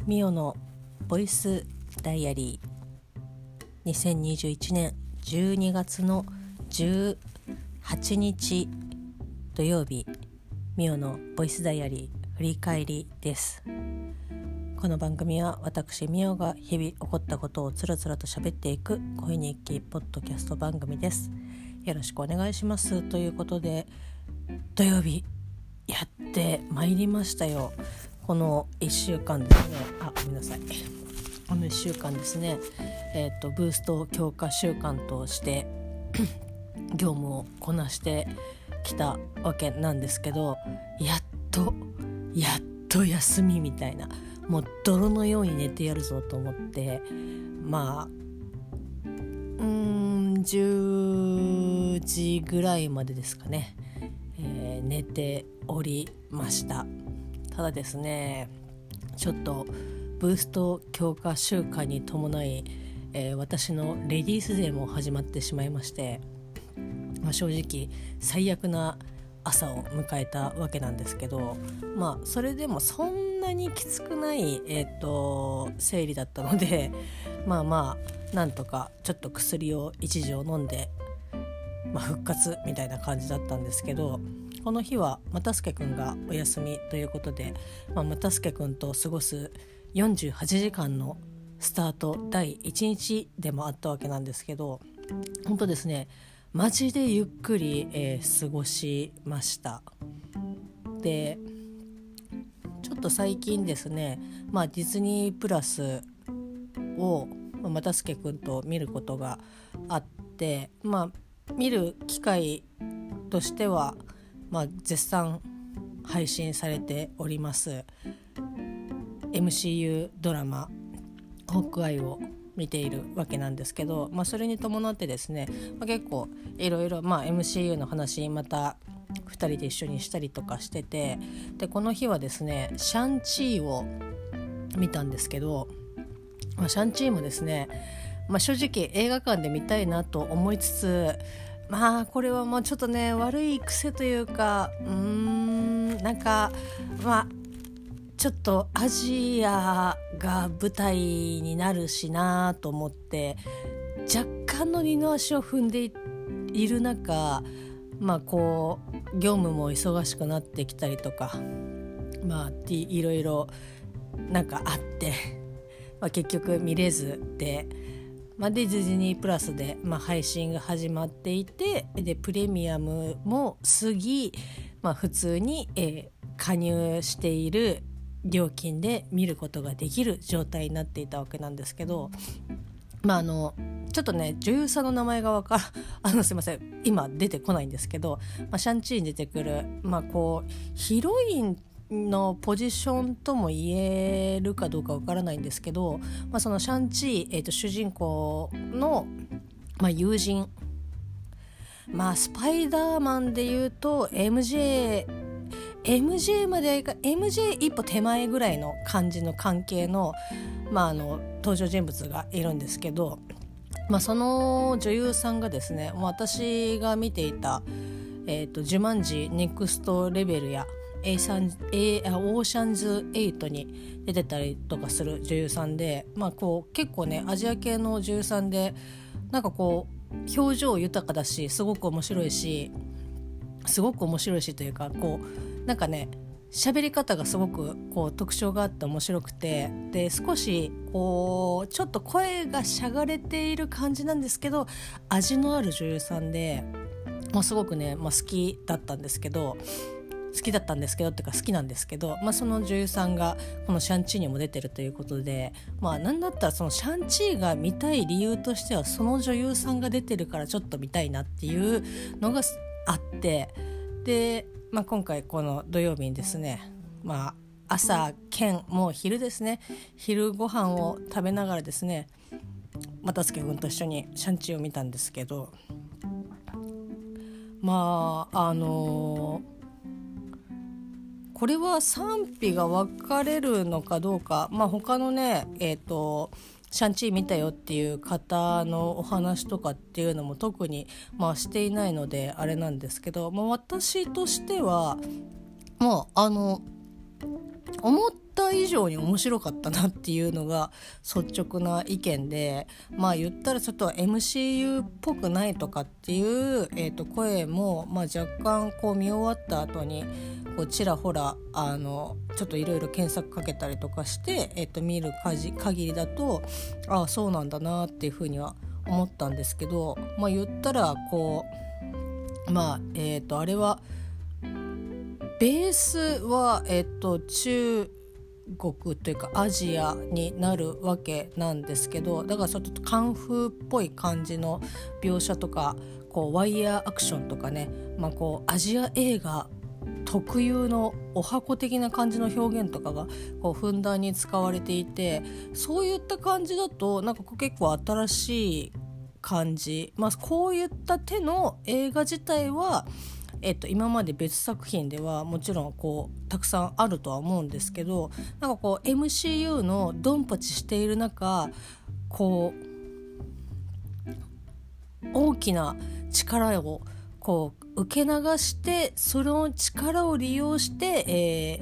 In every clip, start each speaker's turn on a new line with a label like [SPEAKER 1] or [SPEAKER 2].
[SPEAKER 1] ミオのボイスダイアリー、2021年12月の18日土曜日、ミオのボイスダイアリー振り返りです。この番組は私ミオが日々起こったことをつらつらと喋っていく恋日記ポッドキャスト番組です。よろしくお願いします。ということで、土曜日やってまいりましたよ。この1週間ですね、ごめんなさい。この1週間ですね、ブースト強化週間として業務をこなしてきたわけなんですけど、やっと休みみたいな、もう泥のように寝てやるぞと思って、10時ぐらいまでですかね、寝ておりました。ただですね、ちょっとブースト強化週間に伴い、私のレディースデーも始まってしまいまして、正直最悪な朝を迎えたわけなんですけど、それでもそんなにきつくない、生理だったので、なんとかちょっと薬を一錠飲んで、復活みたいな感じだったんですけど、この日は又助くんがお休みということで、又助くんと過ごす48時間のスタート第1日でもあったわけなんですけど、本当ですね、マジでゆっくり、過ごしました。で、ちょっと最近ですね、ディズニープラスを又助くんと見ることがあって、見る機会としては、絶賛配信されております MCU ドラマホークアイを見ているわけなんですけど、それに伴ってですね、結構いろいろMCU の話また2人で一緒にしたりとかしてて、でこの日はですねシャンチーを見たんですけど、シャンチーもですね、正直映画館で見たいなと思いつつ、これはもうちょっとね悪い癖というか、ちょっとアジアが舞台になるしなと思って、若干の二の足を踏んでいる中、業務も忙しくなってきたりとか、いろいろあって、結局見れずで、でディズニープラスで、配信が始まっていて、でプレミアムも過ぎ、普通に、加入している料金で見ることができる状態になっていたわけなんですけど、ちょっとね女優さんの名前がすいません今出てこないんですけど、シャンチーに出てくる、ヒロインのポジションとも言えるかどうかわからないんですけど、そのシャンチー、主人公の、友人、スパイダーマンでいうと MJ までMJ 一歩手前ぐらいの感じの関係の、登場人物がいるんですけど、その女優さんがですね、私が見ていた、ジュマンジネクストレベルやオーシャンズ8に出てたりとかする女優さんで、結構ねアジア系の女優さんで、表情豊かだし、すごく面白いしというか、喋り方がすごく特徴があって面白くて、で少しちょっと声がしゃがれている感じなんですけど、味のある女優さんで、すごくね、好きだったんですけどっていうか好きなんですけど、その女優さんがこのシャンチーにも出てるということで、なんだったらそのシャンチーが見たい理由としては、その女優さんが出てるからちょっと見たいなっていうのがあって、で、今回この土曜日にですね、朝兼もう昼ですね、昼ご飯を食べながらですね、又助君と一緒にシャンチーを見たんですけど、これは賛否が分かれるのかどうか、他のね、シャンチー見たよっていう方のお話とかっていうのも特に、していないのであれなんですけど、私としてはもう思ったた以上に面白かったなっていうのが率直な意見で、言ったらちょっと MCU っぽくないとかっていう、声も、若干こう見終わった後にこうちらほらちょっといろいろ検索かけたりとかして、見る限りだとそうなんだなっていうふうには思ったんですけど、言ったらこうあれはベースは、中国というかアジアになるわけなんですけど、だからちょっとカンフーっぽい感じの描写とかこうワイヤーアクションとかね、こうアジア映画特有のお箱的な感じの表現とかがこうふんだんに使われていて、そういった感じだとなんか結構新しい感じ、こういった手の映画自体は今まで別作品ではもちろんこうたくさんあるとは思うんですけど、なんかこう MCU のドンパチしている中こう大きな力をこう受け流してその力を利用して、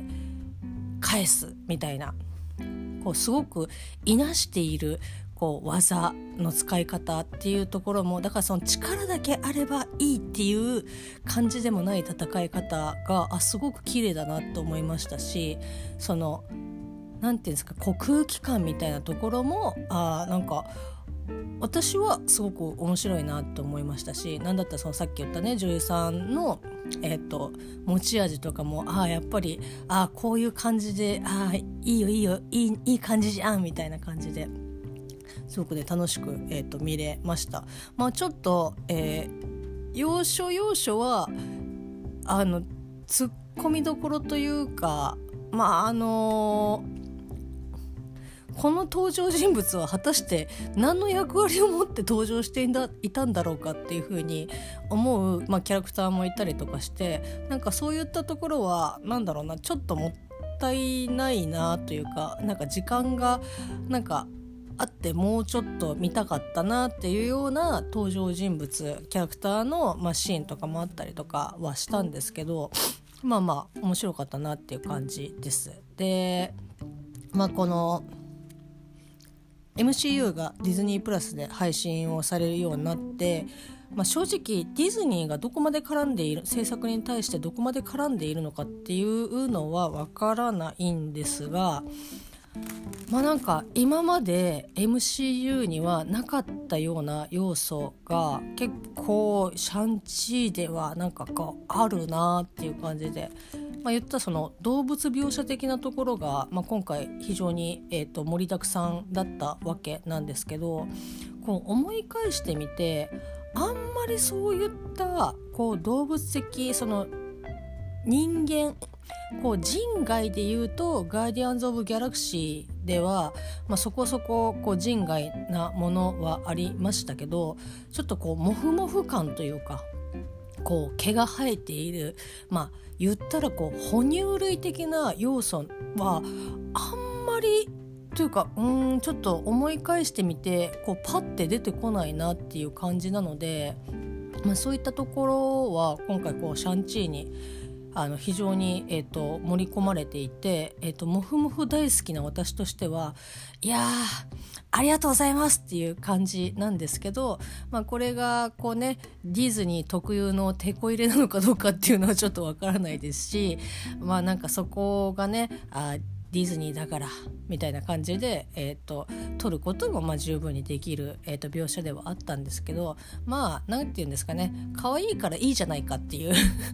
[SPEAKER 1] 返すみたいな、こうすごくいなしているこう技の使い方っていうところも、だからその力だけあればいいっていう感じでもない戦い方がすごく綺麗だなと思いましたし、そのなんていうんですか、こう空気感みたいなところもなんか私はすごく面白いなと思いましたし、なんだったらそのさっき言ったね女優さんの、持ち味とかもやっぱりこういう感じでいいよいい感じじゃんみたいな感じですごくね楽しく、見れました。ちょっと、要所要所はツッコミどころというかこの登場人物は果たして何の役割を持って登場していたんだろうかっていう風に思う、キャラクターもいたりとかして、なんかそういったところはちょっともったいないなというか、なんか時間がなんかあってもうちょっと見たかったなっていうような登場人物キャラクターの、シーンとかもあったりとかはしたんですけど、面白かったなっていう感じです。でこのMCU がディズニープラスで配信をされるようになって、正直ディズニーがどこまで絡んでいる、制作に対してどこまで絡んでいるのかっていうのはわからないんですが、なんか今まで MCU にはなかったような要素が結構シャンチーではなんかあるなっていう感じで、言ったその動物描写的なところが、今回非常に、盛りだくさんだったわけなんですけど、こう思い返してみてあんまりそういったこう動物的その人間こう人外でいうとガーディアンズ・オブ・ギャラクシーでは、そこそこ、こう人外なものはありましたけど、ちょっとこうモフモフ感というかこう毛が生えている、言ったらこう哺乳類的な要素はあんまりというかちょっと思い返してみてこうパッて出てこないなっていう感じなので、そういったところは今回こうシャンチーに非常に、盛り込まれていて、モフモフ大好きな私としてはいやーありがとうございますっていう感じなんですけど、これがこうねディズニー特有のテこ入れなのかどうかっていうのはちょっとわからないですし、なんかそこがねディズニーだからみたいな感じで、撮ることも十分にできる、描写ではあったんですけど、なんていうんですかね、可愛いからいいじゃないかっていう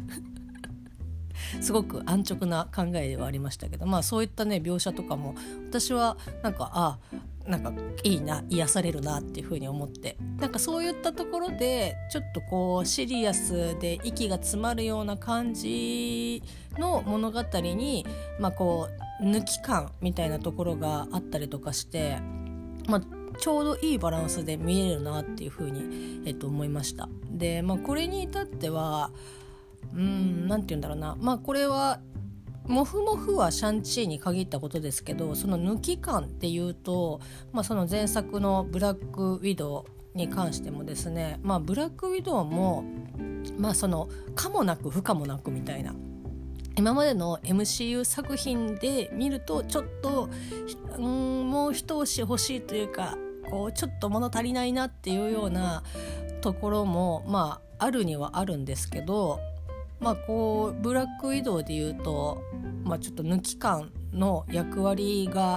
[SPEAKER 1] すごく安直な考えではありましたけど、そういったね描写とかも私はなんかいいな、癒されるなっていう風に思って、なんかそういったところでちょっとこうシリアスで息が詰まるような感じの物語にこう抜き感みたいなところがあったりとかして、ちょうどいいバランスで見えるなっていう風に、思いました。で、これに至ってはなんて言うんだろうな、これはモフモフはシャンチーに限ったことですけど、その抜き感っていうと、その前作のブラックウィドウに関してもですね、ブラックウィドウもその可もなく不可もなくみたいな今までの MCU 作品で見るとちょっともう一押し欲しいというか、こうちょっと物足りないなっていうようなところもあるにはあるんですけど、こうブラックウィドウでいうと、ちょっと抜き感の役割が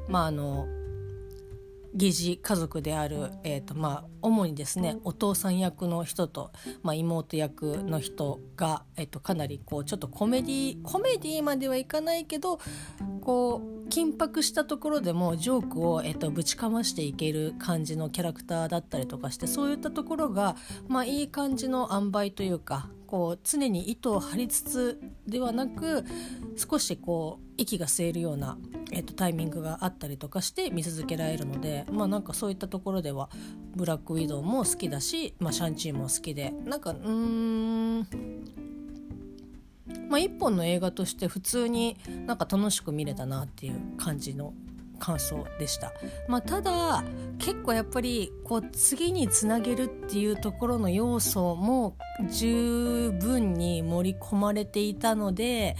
[SPEAKER 1] 疑似家族である、主にですねお父さん役の人と、妹役の人が、かなりこうちょっとコメディまではいかないけど、こう緊迫したところでもジョークを、ぶちかましていける感じのキャラクターだったりとかして、そういったところが、いい感じの塩梅というか、こう常に糸を張りつつではなく、少しこう息が吸えるような、タイミングがあったりとかして見続けられるので、なんかそういったところではブラックウィドウも好きだし、シャンチーも好きで、なんか一本の映画として普通になんか楽しく見れたなっていう感じの感想でした。ただ結構やっぱりこう次につなげるっていうところの要素も十分に盛り込まれていたので、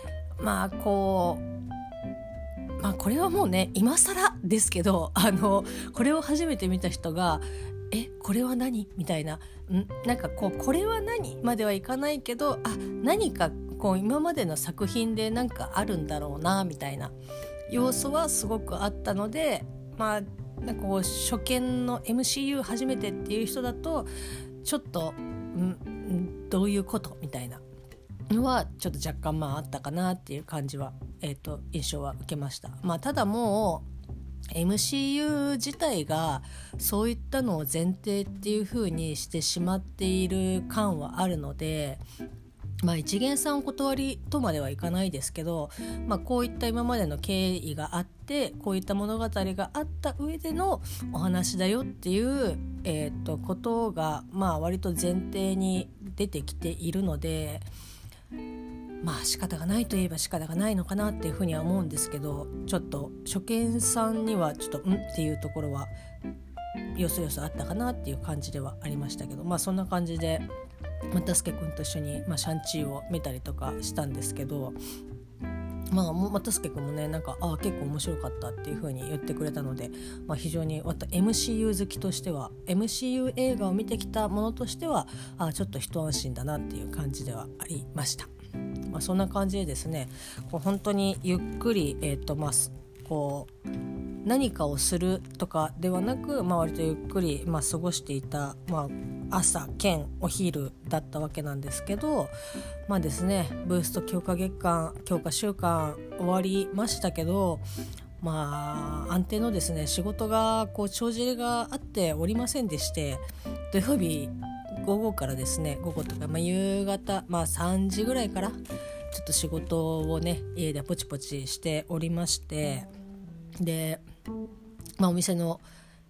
[SPEAKER 1] これはもうね今更ですけど、これを初めて見た人がこれは何みたいな、なんかこれは何まではいかないけど、何かこう今までの作品でなんかあるんだろうなみたいな要素はすごくあったので、なんかこう初見の MCU 初めてっていう人だとちょっとどういうことみたいなのはちょっと若干あったかなっていう感じは、印象は受けました。ただもう MCU 自体がそういったのを前提っていう風にしてしまっている感はあるので、一見さんお断りとまではいかないですけど、こういった今までの経緯があって、こういった物語があった上でのお話だよっていう、ことが割と前提に出てきているので、仕方がないといえば仕方がないのかなっていうふうには思うんですけど、ちょっと初見さんにはちょっとっていうところはよそよそあったかなっていう感じではありましたけど、そんな感じで又助君と一緒に、シャンチーを見たりとかしたんですけど、又助君もねなんか結構面白かったっていう風に言ってくれたので、非常にMCU 好きとしては MCU 映画を見てきたものとしてはちょっと一安心だなっていう感じではありました。そんな感じでですね、こう本当にゆっくりこう何かをするとかではなく、割とゆっくり、過ごしていた、朝兼お昼だったわけなんですけど、ですねブースト強化週間終わりましたけど、安定のですね仕事が帳尻があっておりませんでして、土曜日午後からですね、午後とか、夕方、3時ぐらいからちょっと仕事をね家でポチポチしておりまして、で、お店の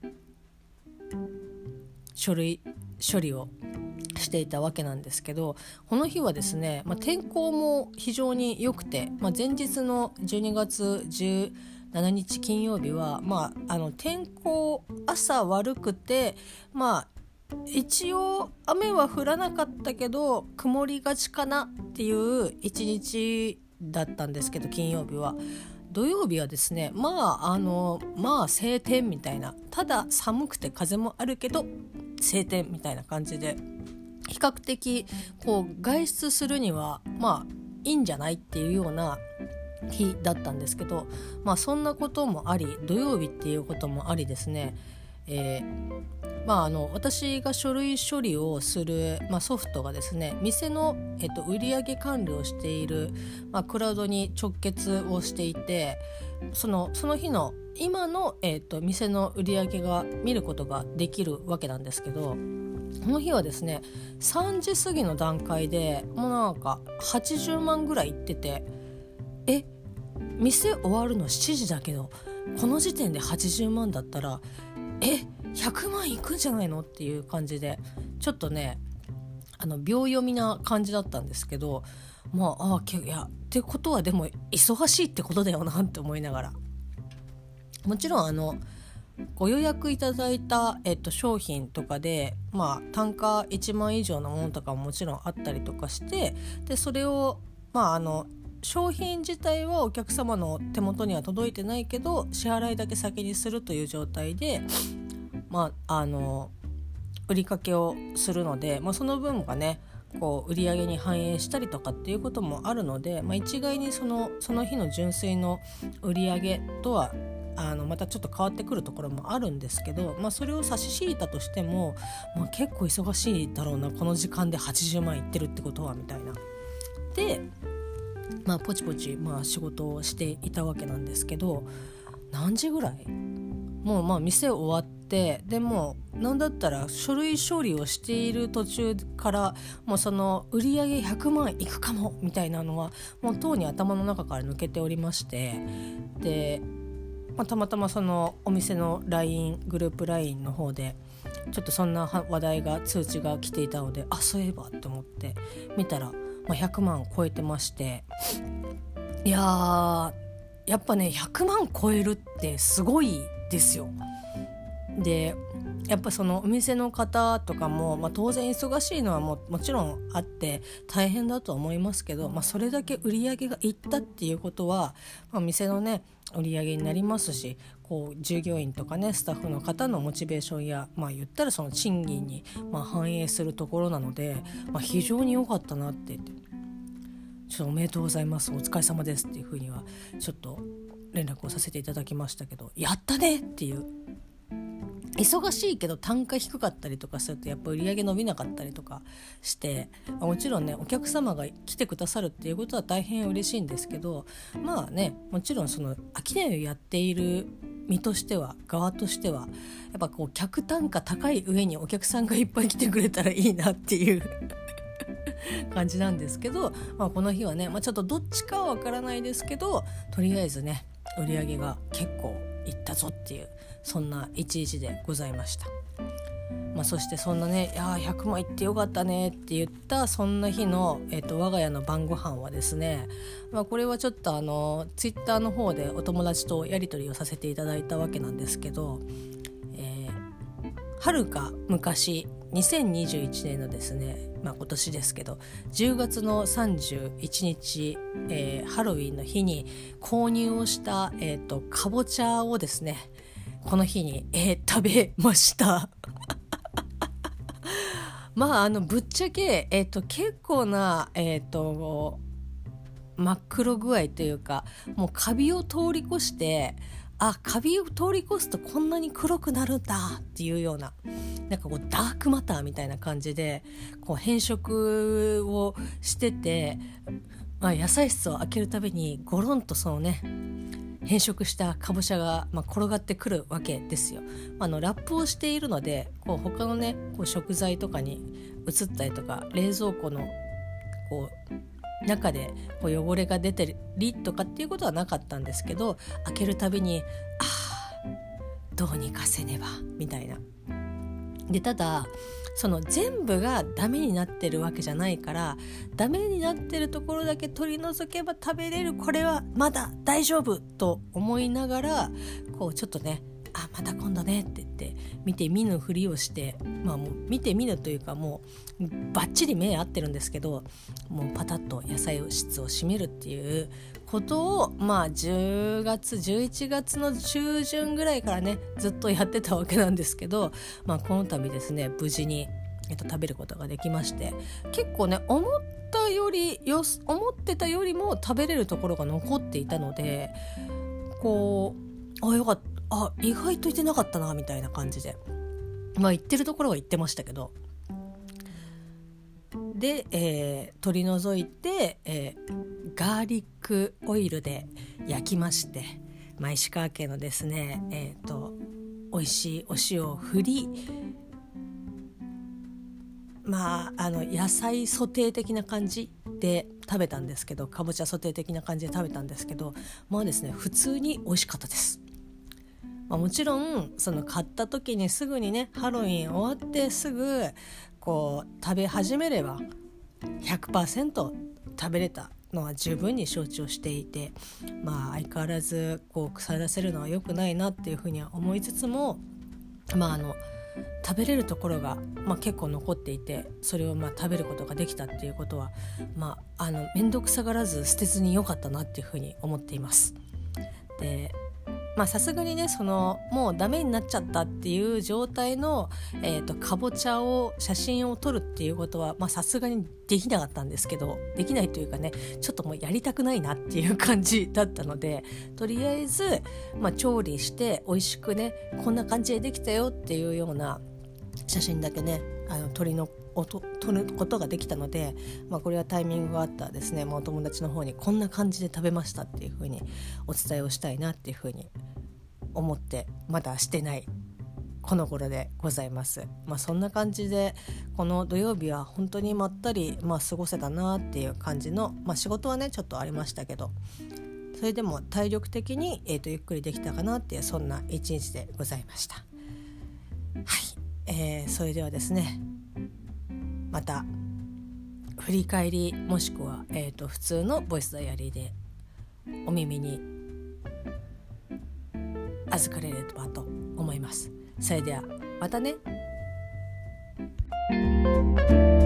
[SPEAKER 1] 書類処理をしていたわけなんですけど、この日はですね、天候も非常に良くて、前日の12月17日金曜日は、天候朝悪くて、一応雨は降らなかったけど曇りがちかなっていう一日だったんですけど、金曜日は。土曜日はですね晴天みたいな、ただ寒くて風もあるけど晴天みたいな感じで、比較的外出するにはいいんじゃないっていうような日だったんですけど、そんなこともあり、土曜日っていうこともありですね、私が書類処理をする、ソフトがですね、店の、売上管理をしている、クラウドに直結をしていて、その日の今の、店の売上が見ることができるわけなんですけど、この日はですね3時過ぎの段階でもうなんか80万ぐらいいってて、店終わるの7時だけどこの時点で80万だったら100万いくんじゃないのっていう感じで、ちょっとね秒読みな感じだったんですけど、いやってことはでも忙しいってことだよなって思いながら、もちろんご予約いただいた、商品とかで、単価1万以上のものとかももちろんあったりとかして、でそれを商品自体はお客様の手元には届いてないけど支払いだけ先にするという状態で、売りかけをするので、その分がねこう売り上げに反映したりとかっていうこともあるので、一概にその日の純粋の売り上げとはまたちょっと変わってくるところもあるんですけど、それを差し引いたとしても、結構忙しいだろうなこの時間で80万いってるってことはみたいなで、ポチポチ仕事をしていたわけなんですけど、何時ぐらいもう店終わって、でもなんだったら書類処理をしている途中からもうその売り上げ100万いくかもみたいなのはもうとうに頭の中から抜けておりまして、で、たまたまそのお店の LINE グループ LINE の方でちょっとそんな話題が通知が来ていたので、そういえばと思って見たら、100万超えてまして、いやーやっぱね100万超えるってすごいですよ。でやっぱそのお店の方とかも、当然忙しいのはもちろんあって大変だとは思いますけど、それだけ売り上げがいったっていうことは、店のね売り上げになりますし、こう従業員とかねスタッフの方のモチベーションや、言ったらその賃金に反映するところなので、非常に良かったなって言って、ちょっとおめでとうございます、お疲れ様ですっていうふうにはちょっと連絡をさせていただきましたけど、やったねっていう、忙しいけど単価低かったりとかするとやっぱ売り上げ伸びなかったりとかして、もちろんねお客様が来てくださるっていうことは大変嬉しいんですけど、もちろんその商いをやっている身としては側としてはやっぱこう客単価高い上にお客さんがいっぱい来てくれたらいいなっていう感じなんですけど、この日はね、ちょっとどっちかはわからないですけど、とりあえずね売り上げが結構いったぞっていう、そんな一日でございました。そしてそんなね、100万いってよかったねって言ったそんな日の、我が家の晩ご飯はですね、これはちょっとツイッターの方でお友達とやり取りをさせていただいたわけなんですけど、はるか昔2021年のですね、今年ですけど10月の31日、ハロウィンの日に購入をした、かぼちゃをですねこの日に、食べましたぶっちゃけ、結構な、真っ黒具合というか、もうカビを通り越して、カビを通り越すとこんなに黒くなるんだっていうような、なんかこうダークマターみたいな感じでこう変色をしてて、野菜室を開けるたびにゴロンとそのね変色したかぼちゃが、転がってくるわけですよ。ラップをしているのでこう他のねこう食材とかに移ったりとか、冷蔵庫のこう中でこう汚れが出てりとかっていうことはなかったんですけど、開けるたびにどうにかせねばみたいな。でただその全部がダメになってるわけじゃないから、ダメになってるところだけ取り除けば食べれる、これはまだ大丈夫と思いながらこうちょっとねまた今度ねって言って見て見ぬふりをして、もう見て見ぬというかもうバッチリ目合ってるんですけど、もうパタッと野菜室を閉めるっていうことを10月11月の中旬ぐらいからねずっとやってたわけなんですけど、この度ですね無事に、食べることができまして、結構ね思ってたよりも食べれるところが残っていたので、こうよかった、意外といてなかったなみたいな感じで、言ってるところは言ってましたけど、で、取り除いて、ガーリックオイルで焼きまして、石川県のですね、美味しいお塩を振り、野菜ソテー的な感じで食べたんですけど、かぼちゃソテー的な感じで食べたんですけど、ですね普通に美味しかったです。もちろんその買った時にすぐにねハロウィン終わってすぐこう食べ始めれば 100% 食べれたのは十分に承知をしていて、相変わらずこう腐らせるのは良くないなっていうふうには思いつつも、 食べれるところが、結構残っていて、それを食べることができたっていうことは、めんどくさがらず捨てずに良かったなっていうふうに思っています。でさすがにね、もうダメになっちゃったっていう状態の、かぼちゃを写真を撮るっていうことはさすがにできなかったんですけど、できないというかね、ちょっともうやりたくないなっていう感じだったので、とりあえず、調理して美味しくね、こんな感じでできたよっていうような写真だけね、撮ることができたので、これはタイミングがあったらですね、お友達の方にこんな感じで食べましたっていう風にお伝えをしたいなっていう風に思って、まだしてないこの頃でございます。そんな感じでこの土曜日は本当にまったり、過ごせたなっていう感じの、仕事はねちょっとありましたけど、それでも体力的に、ゆっくりできたかなっていう、そんな一日でございました。はい、それではですね、また振り返りもしくは、普通のボイスダイアリーでお耳に預かれればと思います。それではまたね。